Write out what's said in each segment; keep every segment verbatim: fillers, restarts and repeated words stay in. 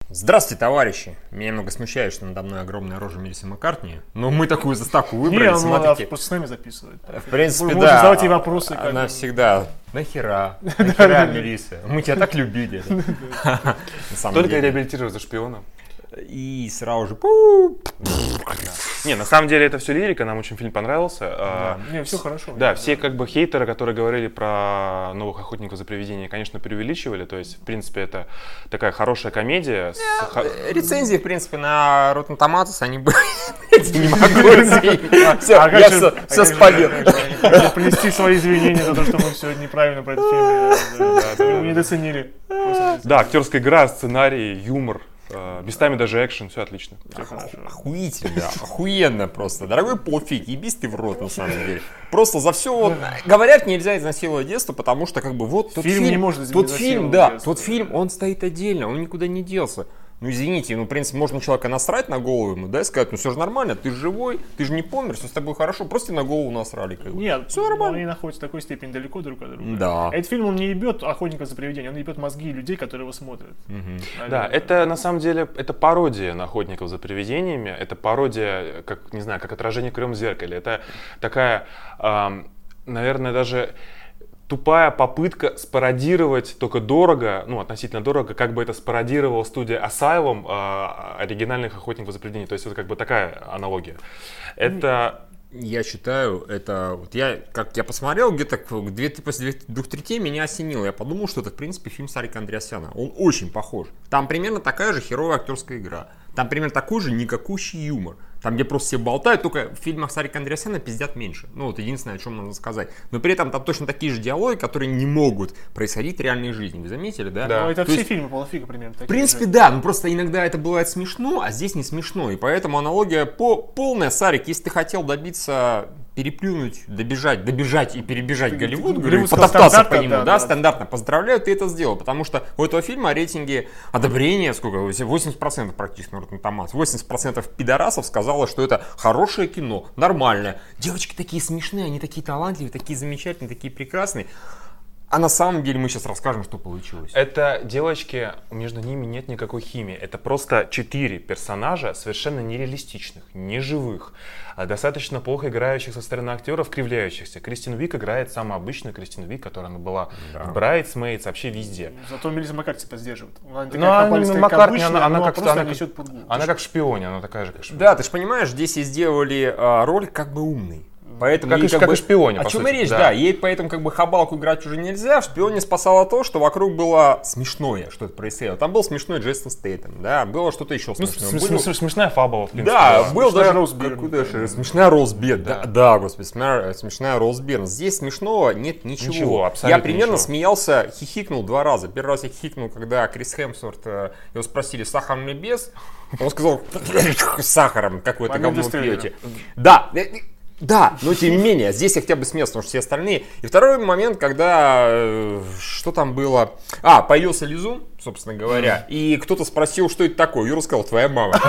Здравствуйте, товарищи! Меня немного смущает, что надо мной огромная рожа Мелиссы Маккартни, но мы такую заставку выбрали, Не, смотрите. она просто с нами записывает. В принципе, Можно да. задавать ей вопросы. Она как... всегда, нахера, нахера, Мелисса? Мы тебя так любили. Только реабилитировать за шпиона. И сразу же... Не, на самом деле это все лирика, нам очень фильм понравился. Да, не, все хорошо. Да, все как бы хейтеры, которые говорили про новых охотников за привидениями, конечно, преувеличивали. То есть, в принципе, это такая хорошая комедия. С... Рецензии, в принципе, на Rotten Tomatoes, они были... Не могу. Все, я все спалил. Принести свои извинения за то, что мы все неправильно про этот фильм. Мы недооценили. Да, актерская игра, сценарий, юмор. Местами даже экшен, все отлично. Охуительно, охуенно просто. Дорогой Полфик, ебись ты в рот, на самом деле. Просто за все вот... Говорят, нельзя изнасиловать детство, потому что как бы вот тот фильм... фильм... не может тот фильм, да, детство. тот фильм, он стоит отдельно, он никуда не делся. Ну извините, ну в принципе можно человека насрать на голову ему, да, и сказать, ну все же нормально, ты же живой, ты же не помер, все с тобой хорошо, просто на голову насрали. Как бы. Нет, все нормально. Они находятся в такой степени далеко друг от друга. Да. Этот фильм, он не ебет охотника за привидением, он ебет мозги людей, которые его смотрят. Угу. Да, это на самом деле, это пародия на охотников за привидениями, это пародия, как, не знаю, как отражение в кривом зеркале, это такая, эм, наверное, даже... тупая попытка спародировать только дорого, ну, относительно дорого, как бы это спародировала студия Asylum э, оригинальных охотников за привидениями. То есть это как бы такая аналогия. Это... Я считаю, это... Вот я, как я посмотрел, где-то две, после двух третей меня осенило. Я подумал, что это, в принципе, фильм Сарика Андреасяна. Он очень похож. Там примерно такая же херовая актерская игра. Там примерно такой же никакущий юмор. Там, где просто все болтают, только в фильмах Сарика Андреасяна пиздят меньше. Ну, вот единственное, о чем можно сказать. Но при этом там точно такие же диалоги, которые не могут происходить в реальной жизни. Вы заметили, да? Да. Ну, это То все есть, фильмы Полофига примерно такие. В принципе, же. да. Но просто иногда это бывает смешно, а здесь не смешно. И поэтому аналогия по полная. Сарик, если ты хотел добиться... переплюнуть, добежать, добежать и перебежать Голливуд, говорю, потоптаться по нему, да, да, да, стандартно, поздравляю, ты это сделал, потому что у этого фильма рейтинги одобрения, сколько, восемьдесят процентов практически на Rotten Tomatoes, восемьдесят процентов пидорасов сказало, что это хорошее кино, нормальное, девочки такие смешные, они такие талантливые, такие замечательные, такие прекрасные. А на самом деле мы сейчас расскажем, что получилось. Это девочки, между ними нет никакой химии. Это просто четыре персонажа, совершенно нереалистичных, неживых, достаточно плохо играющих со стороны актеров, кривляющихся. Кристин Уик играет самую обычную Кристин Уик, которая она была да. в Bridesmaids, вообще везде. Зато Мелисса Маккартни поддерживает. Она такая ну, хапалистая, Маккартни, как обычная, она, она, она, как, она, она, несет как, она как в шпионе, она такая же, как шпион. Да, ты же понимаешь, здесь ей сделали а, роль как бы умный. Поэтому как, ей, и, как, как бы, и шпионе, о по чем сути, и речь, да. да. Ей поэтому как бы хабалку играть уже нельзя. В шпионе спасало то, что вокруг было смешное, что это происходило. Там был смешной Джейсон Стейтем, да, было что-то еще смешное. Ну, Были... Смешная фабула, в принципе. Да, да. был даже Роуз Бирн. Да, смешная Роуз Бирн, да. Да, да, господи, смешная, смешная Роуз Бирн. Здесь смешного нет ничего. Ничего, абсолютно Я примерно ничего. смеялся, хихикнул два раза. Первый раз я хихикнул, когда Крис Хемсворт, его спросили, сахарный без? Он сказал, с сахаром, какое-то говно пьете. Да, Да, но тем не менее, здесь я хотя бы смеялся, потому что все остальные. И второй момент, когда, э, что там было? А, появился Лизун, собственно говоря, и кто-то спросил, что это такое. Юра сказал, твоя мама.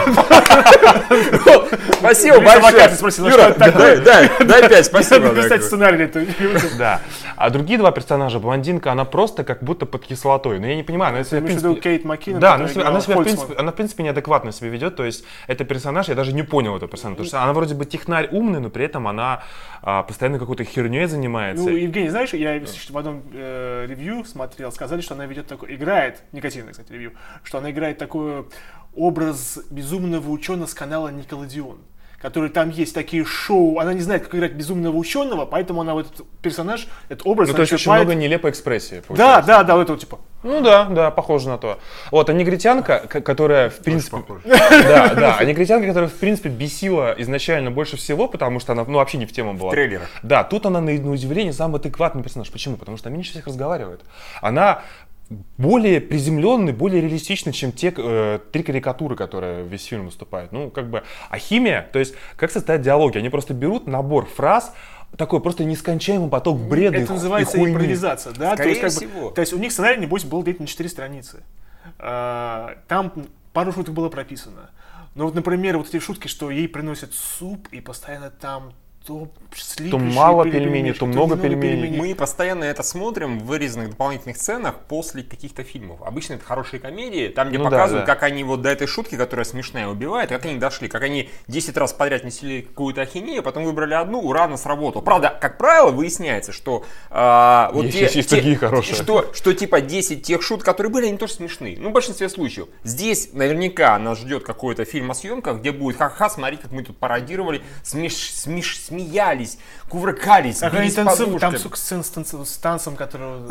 Спасибо большое. Юра, дай пять, спасибо. Написать сценарий. Да. А другие два персонажа, блондинка, она просто как будто под кислотой. Но я не понимаю, она себя, в принципе... Кейт Маккинон. Да, она себя, в принципе, она в принципе неадекватно себя ведет. То есть это персонаж, я даже не понял этого персонажа. Потому что она вроде бы технарь умный, но при этом она а, постоянно какой-то херней занимается. Ну, Евгений, знаешь, я в одном э, ревью смотрел, сказали, что она ведет такой, играет, негативное, кстати, ревью, что она играет такой образ безумного ученого с канала Никелодеон, который там есть такие шоу, она не знает, как играть безумного ученого, поэтому она вот этот персонаж, этот образ... Ну, то есть очень много нелепой экспрессии. Да, да, да, вот это вот типа... Ну да, да, похоже на то. Вот, а негритянка, которая, в принципе... Да, да, а негритянка, которая, в принципе, бесила изначально больше всего, потому что она, ну, вообще не в тему была. В трейлерах. Да, тут она, на, на удивление, самый адекватный персонаж. Почему? Потому что она меньше всех разговаривает. Она... более приземленный, более реалистичный, чем те э, три карикатуры, которые весь фильм выступают. Ну, как бы, а химия, то есть, как состоят диалоги? Они просто берут набор фраз, такой просто нескончаемый поток бреда и Это называется и хуйни. импровизация, да? Скорее то есть, как всего. бы, то есть у них сценарий, небось, был где-то на четыре страницы. А, там пару шуток было прописано. Но вот, например, вот эти шутки, что ей приносят суп, и постоянно там то то мало пельменей, то много пельменей. Мы постоянно это смотрим в вырезанных дополнительных сценах после каких-то фильмов. Обычно это хорошие комедии, там, где ну показывают, да, да. как они вот до этой шутки, которая смешная, убивает, как они дошли, как они десять раз подряд несели какую-то ахинею, потом выбрали одну, ура, она сработала. Правда, как правило, выясняется, что а, вот есть, те, есть те, хорошие. Что, что типа десять тех шуток, которые были, они тоже смешные. Ну, в большинстве случаев. Здесь наверняка нас ждет какой-то фильм о съемках, где будет ха-ха, смотри, как мы тут пародировали, смеш, смеш, смеялись, кувыркались, бились подушками. Там сцен с, танц, с танцем, который...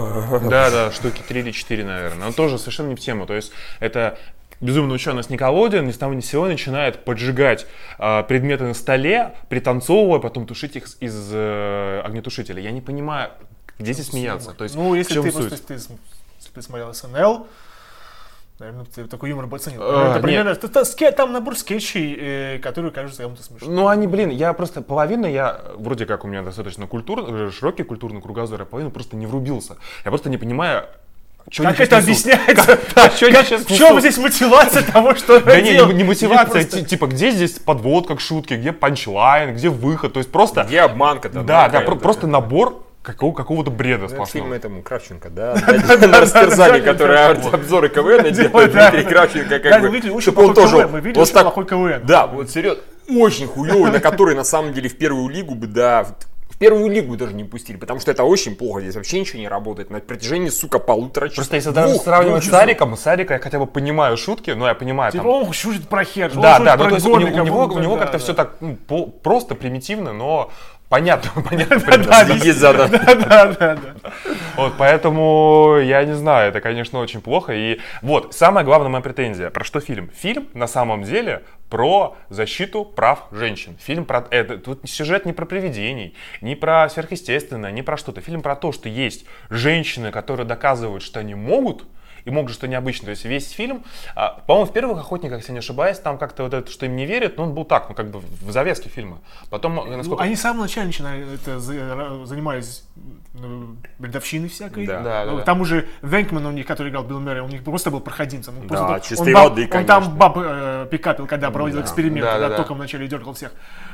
Да, да, штуки три или четыре, наверное. Но тоже совершенно не в тему. То есть это безумно ученый с Николодион ни с того ни с сего начинает поджигать э, предметы на столе, пританцовывая, потом тушить их из э, огнетушителя. Я не понимаю, где здесь смеяться. То есть, ну, если в чем ты, суть? Просто, если ты смотрел эс эн эл, наверное, ты такой юмор бы оценил. А, это примерно, это, там набор скетчей, э, которые кажутся кому-то смешными. Ну, они, блин, я просто половину, я, вроде как у меня достаточно культур, широкий культурный кругозор, я половину просто не врубился. Я просто не понимаю, что как это объясняется? Как, как, как, в чем здесь мотивация того, что да не, не, не мотивация, просто... типа где здесь подводка к шутке, где панчлайн, где выход, то есть просто... Где обманка? Да, да, просто набор Какого, какого-то бреда сплошного. Фильм этому Кравченко, да? На растерзании, который обзоры КВН делает, Дмитрий Кравченко, как бы, чтобы он тоже... Мы видели очень плохой КВН. Да, вот серьезно, очень хуёвый, на который на самом деле в первую лигу бы, да, в первую лигу даже не пустили, потому что это очень плохо, здесь вообще ничего не работает на протяжении, сука, полутора часов. Просто если даже сравнивать с Сариком, с Сарика я хотя бы понимаю шутки, но я понимаю типа там... он шутит про хер, да, да, ну то есть у него, у него как-то все так ну, по, просто, примитивно, но... Понятно, понятно. Есть задача. Да, да, да. Вот, поэтому я не знаю, это, конечно, очень плохо. И вот, самая главная моя претензия. Про что фильм? Фильм, на самом деле, про защиту прав женщин. Фильм про это. Тут сюжет не про привидений, не про сверхъестественное, не про что-то. Фильм про то, что есть женщины, которые доказывают, что они могут, и могут что необычно. То есть весь фильм, а, по-моему, в первых «Охотниках», если не ошибаюсь, там как-то вот это, что им не верят, но он был так, ну как бы в завязке фильма. Потом, насколько... Ну, они с самого начала начинали, это, занимались ну, бредовщиной всякой. Да. Да, ну, да, там да. уже Венкман, у них, который играл Билл Мюррей, у них просто был проходимцем. Он да, просто, чистой он, воды, он, конечно. он там баб э, пикапил, когда проводил да. эксперимент, да, когда да, током да. вначале дергал всех.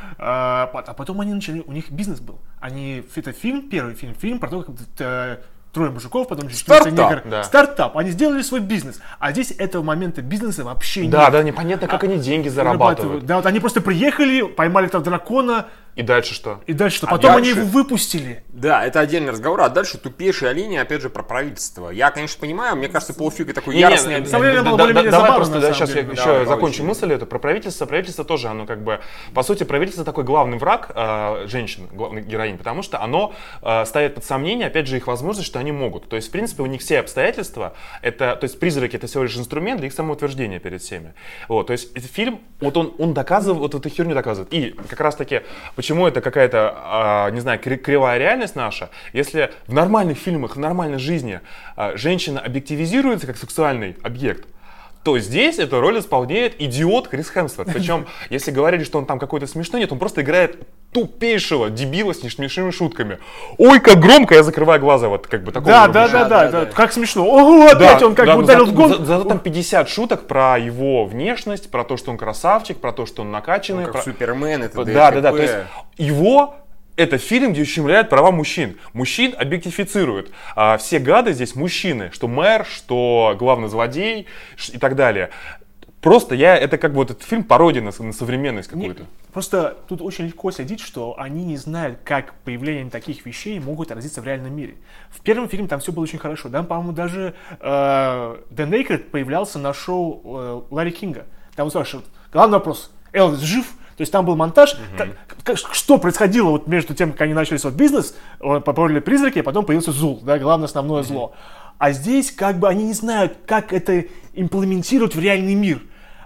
А, а потом они начали, у них бизнес был. Они, это фильм, первый фильм, фильм про то, как... Это, трое мужиков, потом стартап, негр. Да. Стартап. Они сделали свой бизнес. А здесь этого момента бизнеса вообще да, нет. Да, да, непонятно, как а, они деньги зарабатывают. Да, вот они просто приехали, поймали этого дракона. И дальше что? И дальше что? А Потом дальше... они его выпустили. Да, это отдельный разговор. А дальше тупейшая линия, опять же, про правительство. Я, конечно, понимаю, мне кажется, полуфига такой не, яростный... Не, не, было да, да, давай забавно, просто да, сейчас деле. я еще Давай, закончу очень. мысль эту про правительство. Правительство тоже, оно как бы... По сути, правительство такой главный враг э, женщин, главных героинь, потому что оно э, ставит под сомнение, опять же, их возможность, что они могут. То есть, в принципе, у них все обстоятельства, это, то есть призраки — это всего лишь инструмент для их самоутверждения перед всеми. Вот, то есть этот фильм, вот он, он доказывает, вот эту херню доказывает. И как раз-таки, почему это какая-то не знаю, кривая реальность наша, если в нормальных фильмах, в нормальной жизни женщина объективизируется как сексуальный объект, то здесь эту роль исполняет идиот Крис Хемсворт. Причем, если говорили, что он там какой-то смешной, нет, он просто играет тупейшего дебила с несмешными шутками. Ой, как громко, я закрываю глаза, вот как бы такого. Да, да, да, да, да, как смешно. Ого, опять да, он как да, бы ударил за, в гон. За, зато там пятьдесят шуток про его внешность, про то, что он красавчик, про то, что он накачанный. Он как про... Супермен, это Да, да, да, то есть его... Это фильм, где ущемляют права мужчин. Мужчин объектифицируют. А все гады здесь мужчины. Что мэр, что главный злодей и так далее. Просто я, это как бы вот этот фильм пародия на, на современность какую-то. Не, просто тут очень легко следить, что они не знают, как появление таких вещей могут отразиться в реальном мире. В первом фильме там все было очень хорошо. Да, по-моему, даже э, Дэн Эйкройд появлялся на шоу э, Ларри Кинга. Там он спрашивает, главный вопрос, Элвис жив? То есть там был монтаж, mm-hmm. как, как, что происходило вот между тем, как они начали свой бизнес, попробовали призраки, а потом появился Зул, да, главное основное mm-hmm. зло. А здесь как бы они не знают, как это имплементировать в реальный мир.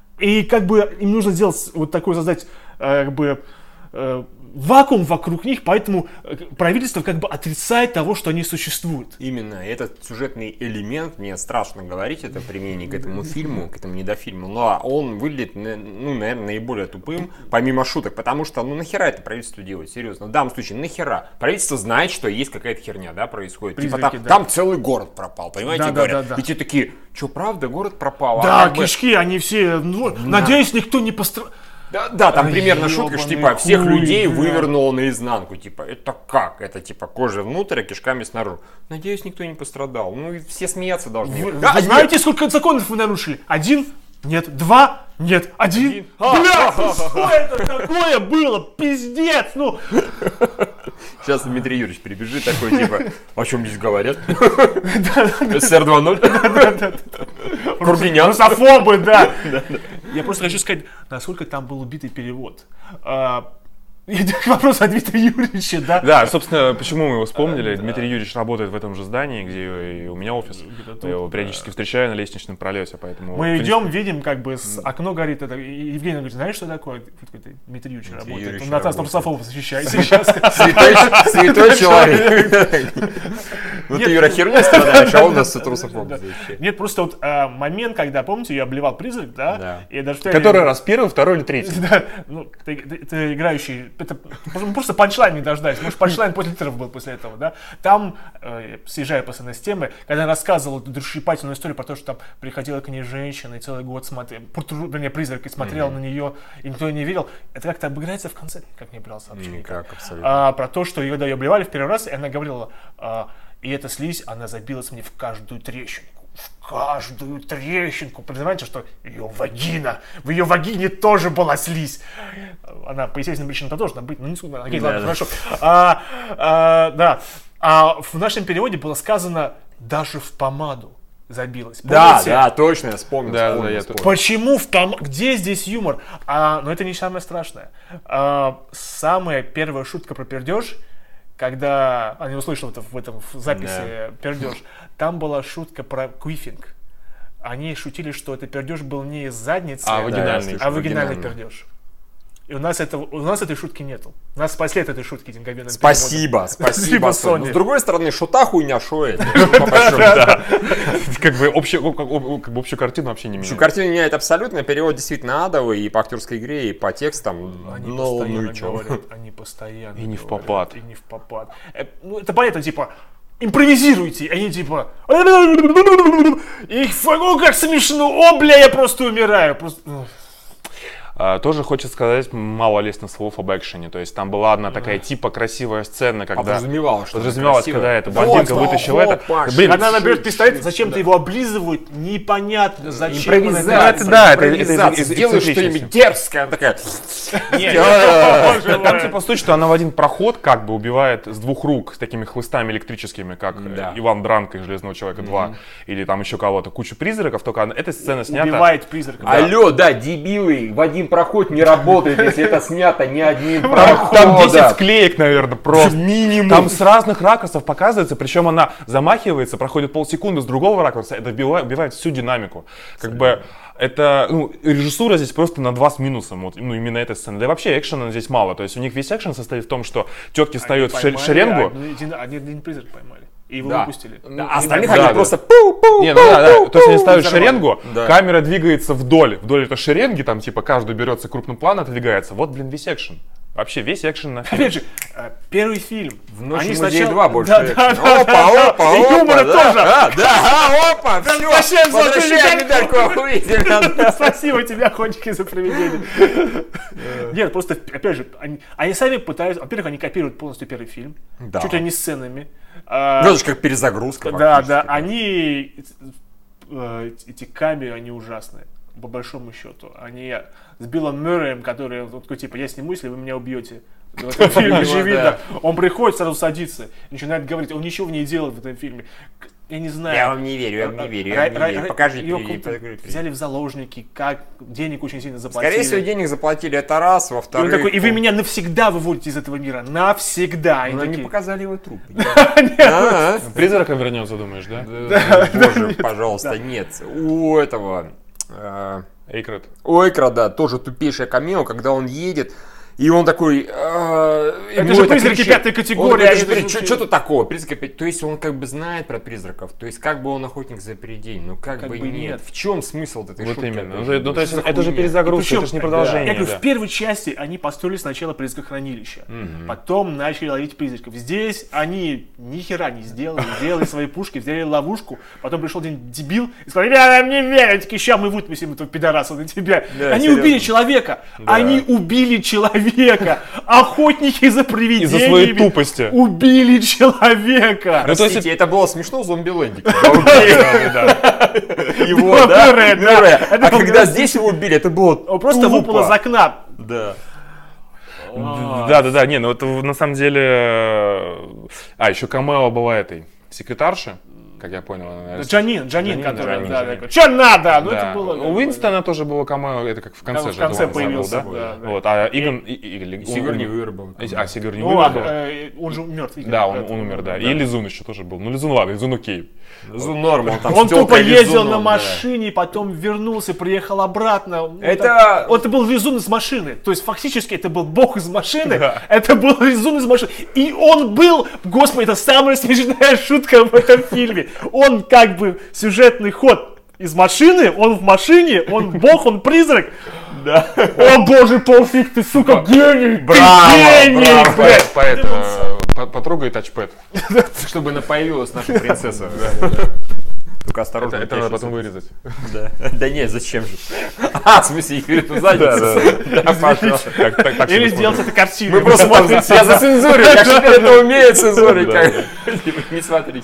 И как бы им нужно сделать вот такой, создать э, как бы э, вакуум вокруг них, поэтому правительство как бы отрицает того, что они существуют. Именно этот сюжетный элемент, мне страшно говорить это применение к этому фильму, к этому недофильму, но он выглядит, ну, наверное, наиболее тупым, помимо шуток, потому что, ну, нахера это правительство делает, серьезно, в данном случае, нахера? Правительство знает, что есть какая-то херня, да, происходит, Призраки, типа там, да. там целый город пропал, понимаете, да, говорят, да, да, да. и те такие, что, правда, город пропал? Да, а кишки, бы... они все, ну, да. Надеюсь, никто не пострадал. Да, да, там примерно шутка, что типа всех хуй, людей да. вывернуло наизнанку. Типа, это как? Это типа кожа внутрь, а кишками снаружи. Надеюсь, никто не пострадал. Ну, и все смеяться должны. Вы, Да, вы знаете, сколько законов вы нарушили? Один? Нет. Два? Нет. Один? Один. Бля, что это такое было? Пиздец, ну. Сейчас Дмитрий Юрьевич прибежит такой, типа, о чем здесь говорят? эс эс эр два ноль? Кургинян? Русофобы, да. Я просто хочу сказать, насколько там был убитый перевод. А, к вопросу о Дмитрии Юрьевиче, да? Да, собственно, почему мы его вспомнили. Дмитрий Юрьевич работает в этом же здании, где и у меня офис. Я его периодически встречаю на лестничном пролете, поэтому... Мы идем, видим, как бы с окно горит. Это, и Евгений говорит, знаешь, что такое? Дмитрий Юрьевич работает. Юрьевич Он нас там работает. русофобов защищает сейчас. Святой человек. Ну ты, Юра, херню страдаешь, а он нас от русофобов защищает. Нет, просто вот а, момент, когда, помните, я обливал призрак, да? Да. И даже Который раз, первый, второй или третий? Да, ну, ты, ты- ты играющий, это просто панчлайн не дождать, может, панчлайн после титров был после этого, да? Там, э, съезжая постоянно с темы, когда он рассказывал эту душещипательную историю про то, что там приходила к ней женщина и целый год смотрел, вернее, призрак, и смотрел на нее, и никто не верил, это как-то обыграется в конце, как мне брал сообщение. Никак, абсолютно. А, про то, что ее, когда ее обливали в первый раз, и она говорила, а, и эта слизь, она забилась мне в каждую трещинку. В каждую трещинку. Понимаете, что ее вагина, в ее вагине тоже была слизь. Она по естественным причинам должна быть, но не суть. Окей, ладно, да. хорошо. А, а, да. А в нашем переводе было сказано даже в помаду забилась. Да, Помните? да, точно, я вспомнил. Да, вспомнил, да, я вспомнил. Почему в пом... Где здесь юмор? А, но это не самое страшное. А, самая первая шутка про пердеж, когда... А, не услышал это в этом в записи пердеж. Там была шутка про квифинг. Они шутили, что это пердеж был не из задницы, А, Да, вагинальный. я а слышу, вагинальный вагинальный. пердеж. И у нас, этого, у нас этой шутки нету. Нас спасли от этой шутки деньговенным Спасибо, спасибо, Спасибо, Соня. Соня. Но с другой стороны, шута хуйня, шо это? Как бы общую, как бы как бы общую картину вообще не Общую меняет. картину меняет абсолютно, перевод действительно адовый, и по актерской игре, и по текстам. Они Ну, ну постоянно и чё? говорят, они постоянно И не в говорят, попад. И не в попад. Э, ну, это понятно, типа, импровизируйте, они типа... И фу, как смешно, о, бля, я просто умираю. Просто... А, тоже хочется сказать мало лестных слов об экшене. То есть там была одна такая типа красивая сцена, когда... Подразумевалось, что Подразумевалось, красиво. когда эта блондинка Вот, вытащила вот, это. Паш, Блин, Когда она берет чуть- пистолет, чуть- зачем-то да. его облизывают, непонятно, зачем. Импровизация, она это да, это- это из- импровизация. из- из Делаешь эксцентричности. что-нибудь дерзкое, она такая... делает. Там, там типа суть, что она в один проход как бы убивает с двух рук, с такими хлыстами электрическими, как э, Да. Иван Дранко из «Железного человека два», или там еще кого-то, кучу призраков, только она- эта сцена снята... Убивает призрака. Алло, да, дебилы, в один проход не работает, если это снято не одним Там, проходом. там десять склеек, наверное, просто. Минимум. Там с разных ракурсов показывается, причем она замахивается, проходит полсекунды с другого ракурса, это убивает, убивает всю динамику. Как бы это, ну, режиссура здесь просто на два с минусом, вот, ну, именно этой сцены. Да и вообще экшена здесь мало, то есть у них весь экшен состоит в том, что тетки встают в шер- Поймали шеренгу. Один, один, один призрак поймали. И его Да. выпустили. Да, а остальных Да, они да. просто пу-пу-пу. Не, ну да, да. То есть они ставят взорвали. шеренгу, Да. камера двигается вдоль, вдоль этой шеренги, там типа каждый берется крупным планом, отодвигается. Вот, блин, весь экшен. Вообще весь экшен на фильм. Опять же, э, первый фильм. В «Ночи Они в музее сначала- два» больше Да, экшена. да, да, Опа, да, опа, и опа, юмора да, тоже. Да, да, опа, все, Возвращаем золотую возвращаем медальку. медальку охуительно. Спасибо тебе, охотники, за проведение. Нет, просто, опять же, они, они сами пытаются... Во-первых, они копируют полностью первый фильм. Да. Чуть ли не сценами. А, Ну, это же как перезагрузка. Да, фактически. да, они... э, Эти камеры, они ужасные. По большому счету. Они с Биллом Мюрреем, который вот такой, типа, я сниму, если вы меня убьете. В этом фильме же видно. Он приходит, сразу садится, начинает говорить, он ничего не делает в этом фильме. Я не знаю. Я вам не верю, я вам не верю, я вам не Ра- верю. ра- Покажите, его приведи, как-то покажите. взяли в заложники, как денег очень сильно заплатили. Скорее всего, денег заплатили, это раз, И он во-вторых... такой, и вы меня навсегда выводите из этого мира, навсегда. И Ну, они такие, показали его труп. А? Призрака вернется, думаешь, да? Боже, пожалуйста, нет. У этого... э, Эйкрот. У Экра, да, тоже тупейшее камео, когда он едет, И он такой... Э, это же призраки пятой категории. Что тут такого? Призраки, то есть он как бы знает про призраков, то есть как бы он охотник за привидениями, ну как, как бы, бы нет. нет. В чем смысл этой вот шутки? Именно. Ну, ну, то есть это же перезагрузка, это же не продолжение. Я говорю, да. В первой части они построили сначала призракохранилище, mm-hmm. потом начали ловить призраков. Здесь они ни хера не сделали, сделали свои пушки, взяли ловушку, потом пришел один дебил и сказал, ребята, мне верят, такие, ща мы вытмесим этого пидораса на тебя. Да, они серьезно. Убили человека, да. Они убили человека, охотники за привидениями. Из-за своей тупости. Убили человека. Простите, это было смешно в зомби-ленде. Его, да? А когда здесь его убили, это было он просто выпал из окна. Да. Да, да, да, не, ну это на самом деле... А, еще камео была этой секретарши, как я понял. Джанин, Джанин, который, да, такой, что надо? Ну это было... У Уинстона тоже было камео, это как в конце же. В конце появился, да. Вот, а Игон... Сигурни Уивер был. А, Сигурни Уивер был? Он же мертв. Да, он умер, да. И Лизун еще тоже был. Ну, Лизун, ладно, Лизун окей. Лизун норм, он там Он тупо ездил на машине, потом вернулся, приехал обратно. Это... Это был Лизун из машины. То есть фактически это был бог из машины, это был Лизун из машины. И он был, господи, это самая смешная шутка в этом фильме. Он как бы сюжетный ход из машины, он в машине, он бог, он призрак. Да. О боже, Пол Фиг, ты, сука, гений! Браво, ты гений! Браво, блядь. Поэтому потрогай тачпэд. Чтобы появилась наша принцесса. Только осторожно. Это, это надо потом вырезать. Да. Да нет, зачем же? А, в смысле, их эту задницу. Да, пожалуйста. Или сделать это картину. Мы просто там, я зацензурю, я теперь это умею цензурить. Не смотрите.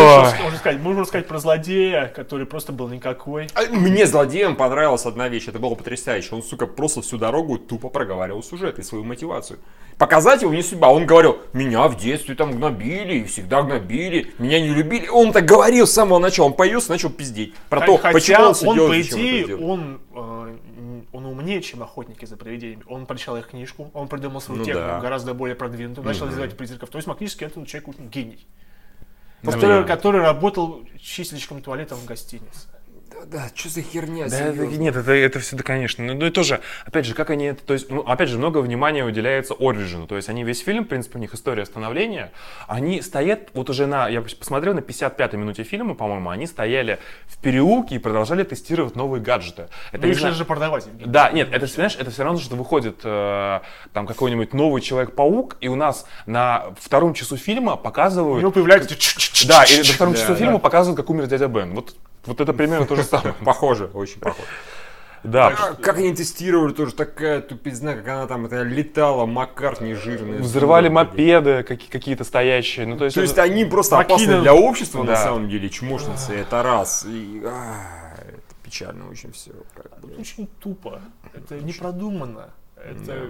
Можно сказать про злодея, который просто был никакой. Мне злодеям понравилась одна вещь, это было потрясающе. Он, сука, просто всю дорогу тупо проговаривал сюжет и свою мотивацию. Показать его не судьба. Он говорил, меня в детстве там гнобили, и всегда гнобили, меня не любили. Он так говорил с самого начала, он появился, начал пиздеть. Про то, хотя почему он, он делает, по идее, он, э, он умнее, чем охотники за привидениями. Он прочитал их книжку, он придумал свою ну, технику, да. гораздо более продвинутую, начал mm-hmm. издавать призраков. То есть, фактически, это человек гений. Ну, который, который работал чистильщиком туалетов в гостинице. Да, что за херня? Да, это, нет, это, это все, да, конечно. Ну, ну и тоже, опять же, как они это, то есть, ну, опять же, много внимания уделяется Ориджину. То есть они весь фильм, в принципе, у них история становления. Они стоят, вот уже на, я посмотрел на пятьдесят пятой минуте фильма, по-моему, они стояли в переулке и продолжали тестировать новые гаджеты. Это их же продавать. Да, нет, это, знаешь, это все равно, что выходит э, там какой-нибудь новый Человек-паук, и у нас на втором часу фильма показывают... У него появляется... Да, и на втором часу фильма показывают, как умер дядя Бен. Вот. Вот это примерно то же самое. Похоже, очень похоже. Да. А, как они тестировали, тоже такая тупизна, как она там это летала, Маккартни жирная. Взрывали мопеды какие-то стоящие. Ну, то есть, то есть они просто опасны для общества, да. На самом деле, чмошницы, это раз. И, а, это печально очень все. Как бы. Это очень тупо, это не продумано. Это... Да.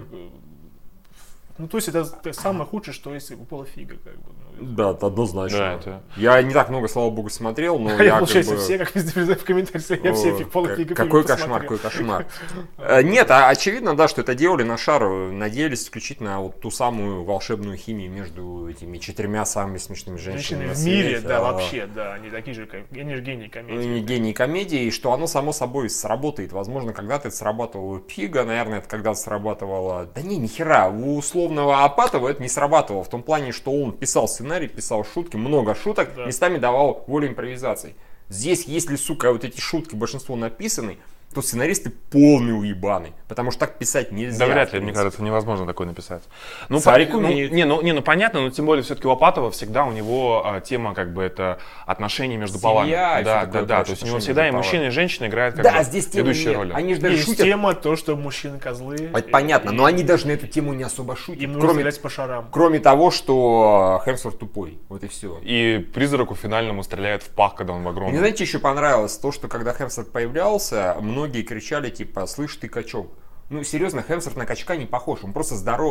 Ну, то есть это самое худшее, что есть у Пола Фига, как бы. Да, однозначно. Да, это... Я не так много, слава богу, смотрел, но а я, получается, как бы... все, как везде в комментариях, я все Пола Фига Какой кошмар, какой кошмар. Нет, а очевидно, да, что это делали на шар, надеялись включить на вот ту самую волшебную химию между этими четырьмя самыми смешными женщинами в мире, да, вообще, да, они такие же, они же гении комедии. Они гении комедии, и что оно само собой сработает. Возможно, когда-то это срабатывало у Пига, наверное, это когда-то срабатывало... Да не, нихера, у условного Апатова это не срабатывало, в том плане, что он писал сценарий, писал шутки, много шуток, да. Местами давал волю импровизации. Здесь, если, сука, вот эти шутки, большинство написаны, то сценаристы полные уебаны, потому что так писать нельзя. Да вряд ли, мне кажется, невозможно такое написать. Ну, Сарик по, умеет. Ну, не, ну, не, ну понятно, но тем более все-таки у Апатова всегда у него а, тема как бы это отношения между Семья, полами. Да, да, да, да. То есть у него всегда и мужчина, и женщина играют как да, бы здесь ведущие роли. Они же даже есть шутят. Тема то, что мужчины козлы. Это и, понятно, и, но они даже на эту тему не особо шутят. Им нужно стрелять по шарам. Кроме того, что Хемсворт тупой, вот и все. И призраку финальному стреляет в пах, когда он в огромном. Мне, знаете, еще понравилось то, что когда Хемсворт появлялся, многие кричали типа, слышь ты качок. Ну, серьезно, Хемсворт на качка не похож, он просто здоровый.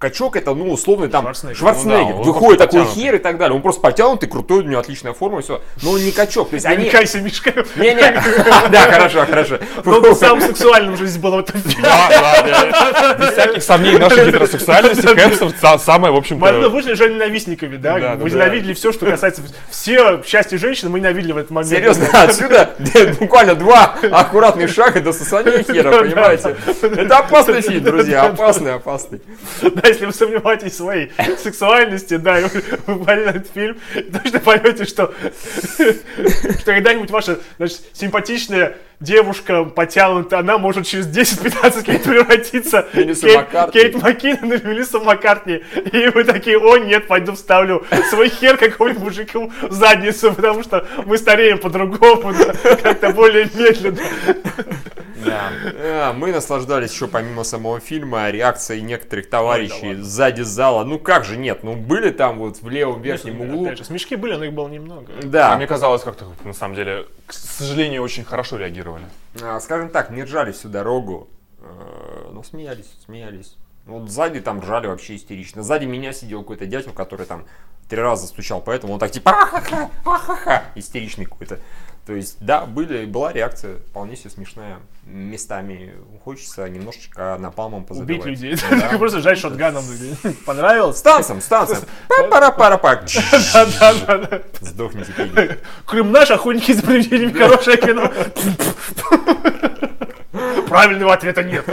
качок это, ну, условный там Шварценеггер. Шварценеггер. Ну да, Выходит такой потянутый. хер и так далее. Он просто потянутый, крутой, у него отличная форма и все. Но он не качок. То есть они... Намекайся, Мишка. Не-не. Да, хорошо, хорошо. Но он самым сексуальным жизнь было в этом фильме. Да, да, да. Без всяких сомнений нашей гетеросексуальности Хемсворт самое, в общем-то... Мы вышли же ненавистниками, да? Да, Мы да, ненавидели все, что касается... Все части женщины мы ненавидели в этот момент. Серьезно, отсюда буквально два аккуратных шага до сосания хера, понимаете? Это опасный фильм, друзья, опасный, опасный. Да, если вы сомневаетесь в своей сексуальности, да, и вы, вы посмотрели этот фильм, точно поймете, что, что когда-нибудь ваша, значит, симпатичная девушка потянутая, она может через десять-пятнадцать лет превратиться в Мелиссу Кейт, Маккартни. Кейт Маккинон или Мелиссу Маккартни. И вы такие: о нет, пойду вставлю свой хер какому-нибудь мужику в задницу, потому что мы стареем по-другому, да, как-то более медленно. Да. А, Мы наслаждались еще помимо самого фильма реакцией некоторых товарищей Ой, да сзади зала. Ну как же нет, ну были там вот в левом верхнем углу. Опять же, смешки были, но их было немного. А Да, мне казалось, как-то, на самом деле, к сожалению, очень хорошо реагировали. А, скажем так, не ржали всю дорогу, э, но смеялись, смеялись. Вот сзади там ржали вообще истерично. Сзади меня сидел какой-то дядька, который там три раза стучал, поэтому он так типа ахаха, ахаха, истеричный какой-то. То есть, да, были, была реакция вполне себе смешная. Местами хочется немножечко напалмом позабивать. Убить людей. Да. Просто жать шотганом. Понравилось? С танцем, с танцем. Пара-пара-пара. Да-да-да. Сдохните, пиги. Крым наш, охотники за привидениями, хорошее кино. Правильного ответа нет.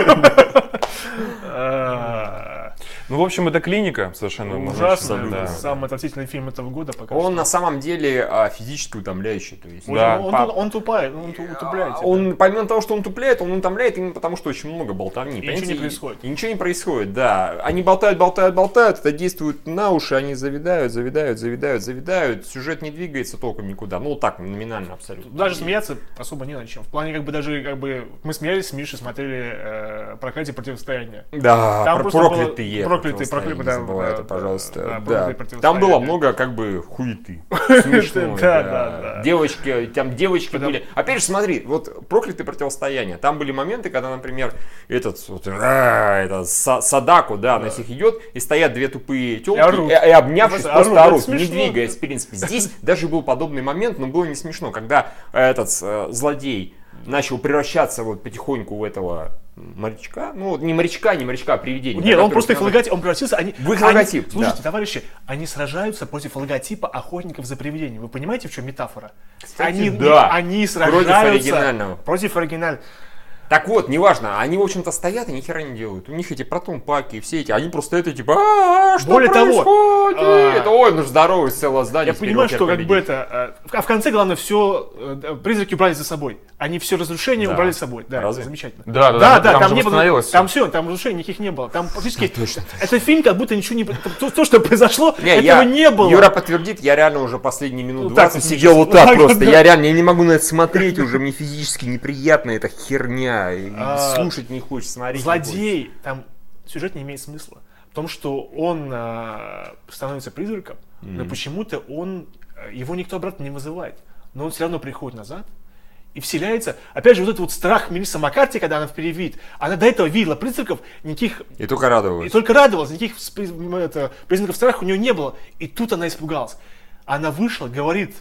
Ну, в общем, это клиника совершенно. Ужасно. да. Это самый отвратительный фильм этого года пока Он что. на самом деле а, физически утомляющий. То есть, Он- Да. Он, по- он, он тупает, он ту- утупляет тебя. Он, помимо того, что он тупляет, он утомляет именно потому, что очень много болтовни. ничего понимаете? не происходит. И ничего не происходит, да. Они болтают, болтают, болтают, это действует на уши, они завидают, завидают, завидают, завидают. Сюжет не двигается толком никуда. Ну, вот так, номинально абсолютно. Даже смеяться особо не на чем. В плане, как бы, даже, как бы, мы смеялись с Мишей, смотрели э, «Проклятие противостояния». Да, Там про просто проклятые. было- проклятые, противостояния, проклятые, не забывайте, да, да, пожалуйста. да, Да. проклятые Там противостояния. было много, как бы, хуеты. Смешно. Да, да, да. Девочки, там девочки Потому- были. Опять же, смотри, вот проклятые противостояния. Там были моменты, когда, например, этот, вот, а, этот Са- Садаку, да, на всех идет, и стоят две тупые телки, орут. и, и обнявшись, Просто просто орут. орут, Это не смешно. двигаясь, в принципе. Здесь даже был подобный момент, но было не смешно, когда этот э, злодей начал превращаться вот потихоньку в этого морячка, ну вот не морячка, не морячка, а привидения. Нет, да, он который просто их прям- логотип, он превратился, они... В их они- логотип, Слушайте, да. товарищи, они сражаются против логотипа охотников за привидениями. Вы понимаете, в чем метафора? Кстати, они, да. они Против сражаются оригинального. против оригинального. Так вот, неважно, они, в общем-то, стоят и ни хера не делают. У них эти протон-паки и все эти, они просто это типа, а что Более того, происходит? а, Это, ой, ну ж здоровый целое здание. Я теперь понимаю, вот что как победить. бы это... э, А в конце, главное, все призраки убрали за собой. Они все разрушения Да. убрали за собой. Да, Разве? замечательно. Да, да, да, да, там там, же не было, восстановилось там всё. все, там разрушений никаких не было. Там практически это фильм, как будто ничего не, то, то, что произошло, Не, этого я- не было. Юра подтвердит, я реально уже последние минут Вот так двадцать вот сидел ничего. вот так Вот просто. да. Я реально я не могу на это смотреть уже, мне физически неприятно эта херня. И А, слушать не хочется, смотреть не хочется. Злодей, там сюжет не имеет смысла. В том, что он а, становится призраком, но почему-то он, а, его никто обратно не вызывает. Но он все равно приходит назад и вселяется. Опять же, вот этот вот страх Мелиссы Маккартни, когда она впервые видит, она до этого видела призраков, никаких... И только И радовалась. только радовалась, никаких спри- это, признаков страха у нее не было. И тут она испугалась. Она вышла, говорит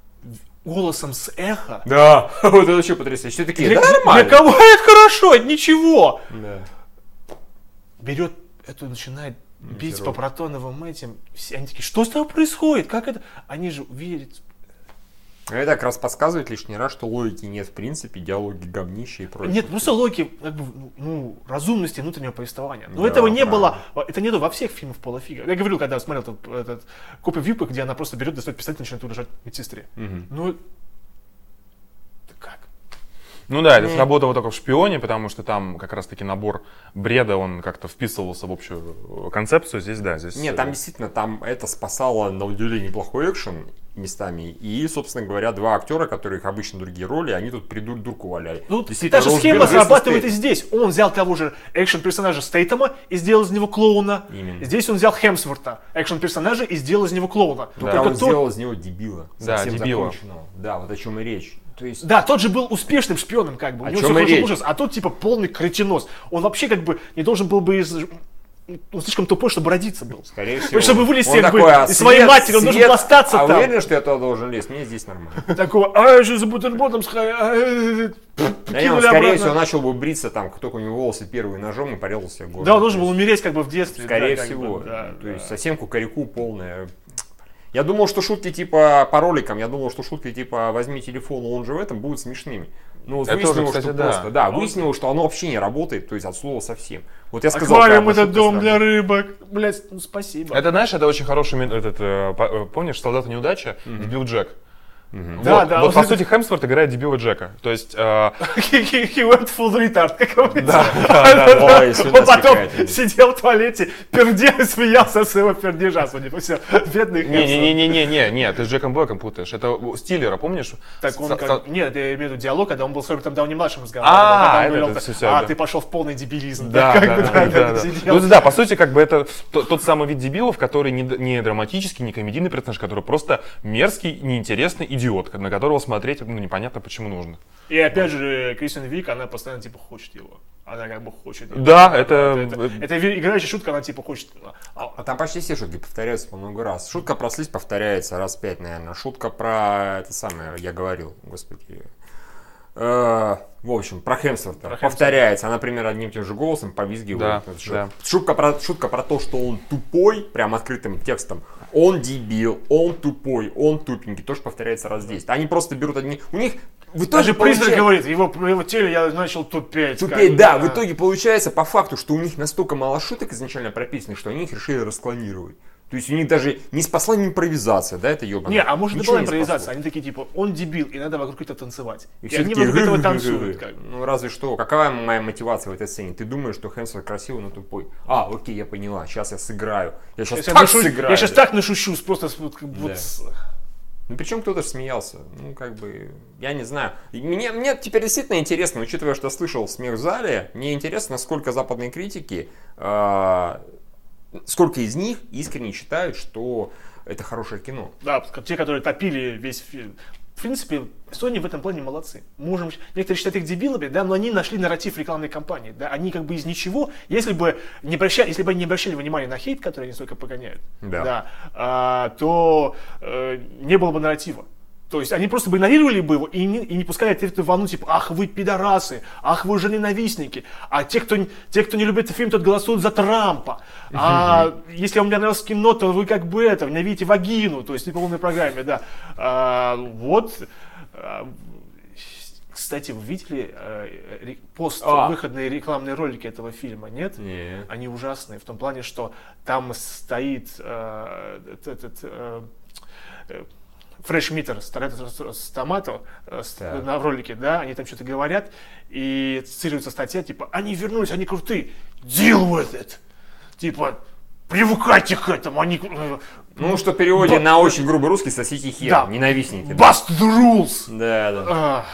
голосом с эхо. Да, вот это еще потрясающе. Все такие, Для, да, нормально. для кого это хорошо, это ничего. Да. Берет эту, начинает бить херово. по протоновым этим. Все, они такие, что с тобой происходит? Как это? Они же увидели. Это как раз подсказывает лишний раз, что логики нет в принципе, диалоги говнище и прочее. Нет, просто логики, как бы, ну, разумности внутреннего повествования. Но Да, этого не правильно. было, это нету во всех фильмах Пола Фига. Я говорил, когда смотрел этот, этот Копы Випа, где она просто берет, достает пистолет и начинает угрожать медсестре. Мгм. Ну, это как? Ну да, это сработало только в «Шпионе», потому что там как раз-таки набор бреда, он как-то вписывался в общую концепцию. Здесь, да, здесь... Нет, там действительно, там это спасало на удивление неплохой экшен местами. И, собственно говоря, два актера, которых обычно другие роли, они тут придурку валяли. Ну, Действительно, та же Роуз схема Бирн, срабатывает и Джейсон здесь. Он взял того же экшен-персонажа Стейтема и сделал из него клоуна. Именно. Здесь он взял Хемсворта, экшен-персонажа, и сделал из него клоуна. Стейтем. Только Он тот- сделал из него дебила. Да, совсем дебила. законченного. Да, вот о чем и речь. То есть, Да, тот же был успешным шпионом, как бы. У О него чем всё и хорошо речь. получилось, а тот типа полный кретинос. Он вообще как бы не должен был бы из он слишком тупой, чтобы родиться был. Скорее всего. Чтобы вылезти он как бы, такой, а из своей свет, матери, он свет, должен остаться а там. А уверен, что я туда должен лезть? Мне здесь нормально. Такого, а я же за бутербродом сходил. Да не, он, скорее всего, начал бы бриться там, как только у него волосы первые ножом и порезал себе голову. Да, он должен был умереть как бы в детстве. Скорее да, всего. Бы, да, То да. есть совсем кукареку полная. Я думал, что шутки типа по роликам, я думал, что шутки типа возьми телефон, он же в этом, будут смешными. Но вот выяснилось, кстати, что да. просто, да, Он... выяснилось, что оно вообще не работает, то есть от слова совсем. Вот я сказал, аквариум это дом для рыбок. Блять, ну спасибо. Это, знаешь, это очень хороший, этот, э, помнишь, «Солдат неудача», Mm-hmm. дебил Джек. Mm-hmm. Вот, да, да, вот он по это... сути Хемсворт играет дебила Джека. То есть... Э... he went full retard, как он Да, да, да. Ой, он потом сидел в туалете, пердел и смеялся от своего пердежа, судя по всему. Бедный Хемсворт. Не-не-не-не, не, ты с Джеком Блэком путаешь. Это Стиллера, помнишь? Так он С- как... с- Нет, я имею в виду диалог, когда он был с Робертом Дауни-младшим разговаривал. А, когда он это- говорил, это так, всё, а, да. ты пошел в полный дебилизм. Да, как да, бы, да, да, да. сидел. Ну да, по сути, как бы это то- тот самый вид дебилов, который не, д- не драматический, не комедийный персонаж, который просто мерзкий, неинтересный идиот, на которого смотреть, ну, непонятно почему нужно. И опять же, Кристен Вик, она постоянно типа хочет его. Она как бы хочет его. Да, Она- это- это... Это играющая шутка, она типа хочет... А, А там почти все шутки повторяются по много раз. Шутка про слизь повторяется раз пять, наверное. Шутка про это самое, я говорил, господи. Э, в общем, про Хемсворта Про повторяется. Она, например, одним и тем же голосом повизгивает. Да, Это да. Шутка, про, шутка про то, что он тупой, прям открытым текстом. Он дебил, он тупой, он тупенький. Тоже повторяется раз десять. Они просто берут одни... У них в итоге даже призрак получается- говорит, его, в его теле я начал тупеть. как Тупее, бы, да, в итоге получается по факту, что у них настолько мало шуток изначально прописано, что они их решили расклонировать. То есть у них даже не спасла ни импровизация, да, это ебаное. Не, а может это Ничего была не импровизация, спасло. они такие типа, он дебил, и надо вокруг этого танцевать. И, все они такие, вокруг этого «Гы-гы-гы-гы». танцуют. Как бы. Ну разве что, какова моя мотивация в этой сцене? Ты думаешь, что Хемсворт красивый, но тупой. А, окей, я поняла, сейчас я сыграю. Я сейчас Я щас так нашу- сыграю. Я сейчас да. так нашущусь, просто с- вот, как бы Да. вот с- Ну причем кто-то ж смеялся. Ну как бы, я не знаю. И Мне, мне теперь действительно интересно, учитывая, что я слышал смех в зале, мне интересно, сколько западные критики, э, сколько из них искренне считают, что это хорошее кино. Да, те, которые топили весь фильм. В принципе, Sony в этом плане молодцы. Можем, некоторые считают их дебилами, да, но они нашли нарратив рекламной кампании. Да, они как бы из ничего, если бы не обращали, если бы они не обращали внимания на хейт, который они столько погоняют, Да. да, а, то э, не было бы нарратива. То есть они просто бы игнорировали бы его и не, и не пускали эту волну, типа, ах вы пидорасы, ах вы же ненавистники, а те, кто, те, кто не любит этот фильм, тот голосуют за Трампа. А если вам не нравилось кино, то вы как бы это, ненавидите вагину, то есть не по полной программе, да. А, вот. А, кстати, вы видели э, ре- пост-выходные рекламные ролики этого фильма, нет? Не. Они ужасные в том плане, что там стоит э, этот... э, э, фреш-митер с, с, с томатом э, с- Так. на в ролике, да, они там что-то говорят, и цитируется статья, типа, они вернулись, они крутые, deal with it, типа, привыкайте к этому, они... э, Ну, что в переводе Ба- на очень грубый русский, сосите хер, Да. ненавистники. Да. Bust the rules! Да, да. А,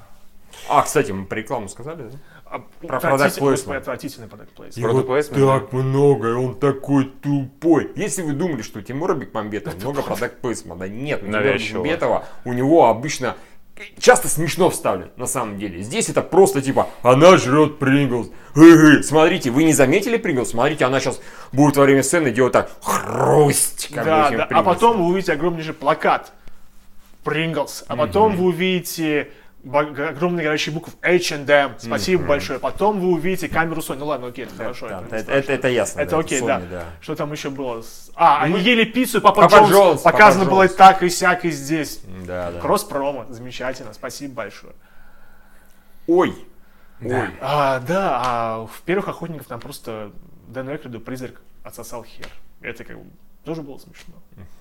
А, кстати, мы про рекламу сказали, да? а, Про отвратительный- product placement. Отвратительный product placement. Его Product placement, так много, и он такой тупой. Если вы думали, что у Тимура Бекмамбетова много продакт плейсмента, нет, у Тимура Навязчиво. Бекмамбетова у него обычно часто смешно вставлен, на самом деле. Здесь это просто типа, она жрет Принглс. Гэ-гэ. Смотрите, вы не заметили Принглс? Смотрите, она сейчас будет во время сцены делать так, хрусть, как бы Да, этим да. А Принглсом. потом вы увидите огромнейший плакат Pringles, а потом вы увидите ба- огромные горящие буквы эйч энд эм, спасибо большое. Потом вы увидите камеру Sony, ну ладно, окей, это хорошо. Да, это не это, страшно. это- это ясно. Это да, окей, Sony, да. да. Что там еще было? С- А, они Мы- ели пиццу, и Папа, Папа Джонс, Джонс, Папа показано было и Джонс. так, и сяк, и здесь. Да, да. Кросс-промо, замечательно, спасибо большое. Ой. Да. Ой. А, да, а в первых охотниках там просто Дэну Экроду призрак отсосал хер. Это как бы тоже было смешно.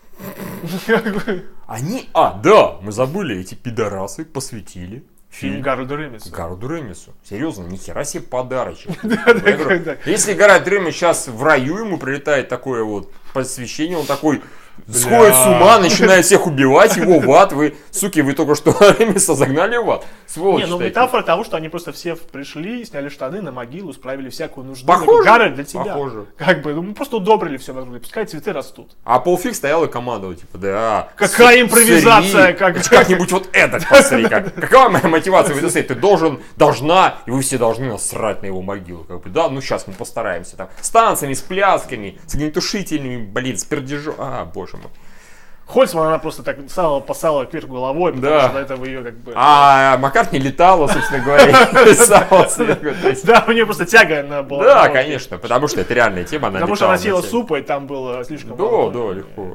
Они... А, да, мы забыли, эти пидорасы посвятили Фильм Гарольду Ремису. Гарольду Ремису. Серьезно, нихера себе подарочек. да, Я говорю, да. Если Гарольд Ремис сейчас в раю, ему прилетает такое вот посвящение, он такой, сходит с ума, начинает всех убивать, его в ад. Вы, суки, вы только что Арамиса загнали в ад. Сволочь. Не, ну такие. метафора того, что они просто все пришли, сняли штаны на могилу, справили всякую нужду. Похоже. Гарольд для тебя. Похоже. Как бы, ну мы просто удобрили все вокруг, пускай цветы растут. А Пол Фиг стоял и командовал, типа, да. Какая с- импровизация, сри, как- как-нибудь вот этот посмотри, как. Какая моя мотивация? Вы ты должен, должна, и вы все должны насрать на его могилу. Как бы, да, ну сейчас мы постараемся там. С танцами, с плясками, с огнетушителями, блин, с пердежом. А, боже мой. Хольцман, она просто так сало посала кверх головой, потому Да. что до этого ее как бы... А Маккартни летала, собственно говоря, и писался. То есть, Да, у нее просто тяга она была. да, на конечно, потому что это реальная тема. Она Потому что летала она съела на теме. супа, и там было слишком Да, много. да, легко.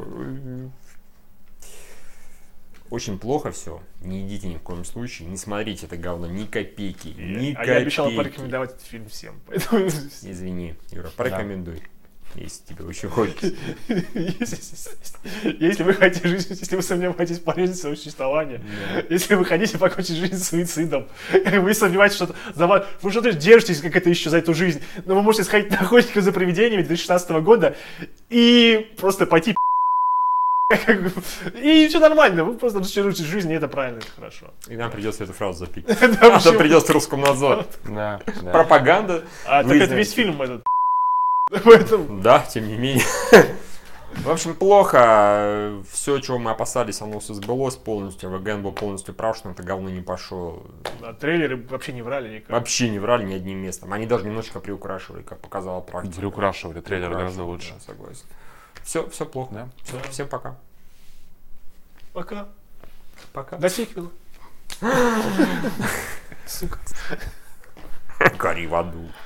Очень плохо все. Не идите ни в коем случае. Не смотрите это говно. Ни копейки. Ни А копейки. я обещал порекомендовать этот фильм всем. Поэтому... Извини, Юра, порекомендуй. Если тебе очень хочется. Если, если вы хотите жить, если вы сомневаетесь в полезности своего существования, если вы хотите покончить жизнь суицидом, вы сомневаетесь, что за вас, вы что-то держитесь как это еще за эту жизнь, но вы можете сходить на охотника за привидениями две тысячи шестнадцатого года и просто пойти и все нормально, вы просто разочаруетесь в жизни, и это правильно, это хорошо. И нам придется эту фразу запить. Да, А то почему? придется Роскомнадзор. Да, да. Пропаганда. А так Вы это знаете. весь фильм этот. Поэтому... Да, тем не менее. В общем, плохо. Все, чего мы опасались, оно все сбылось полностью. ВГН был полностью прав, что на это говно не пошел. А трейлеры вообще не врали никак. Вообще не врали ни одним местом. Они даже немножечко приукрашивали, как показала практика. Приукрашивали, трейлер гораздо Приукрашивали, лучше. да, согласен. Все, все плохо. Да. Всё, всем пока. Пока. Пока. До сиквела. Сука. Гори в аду.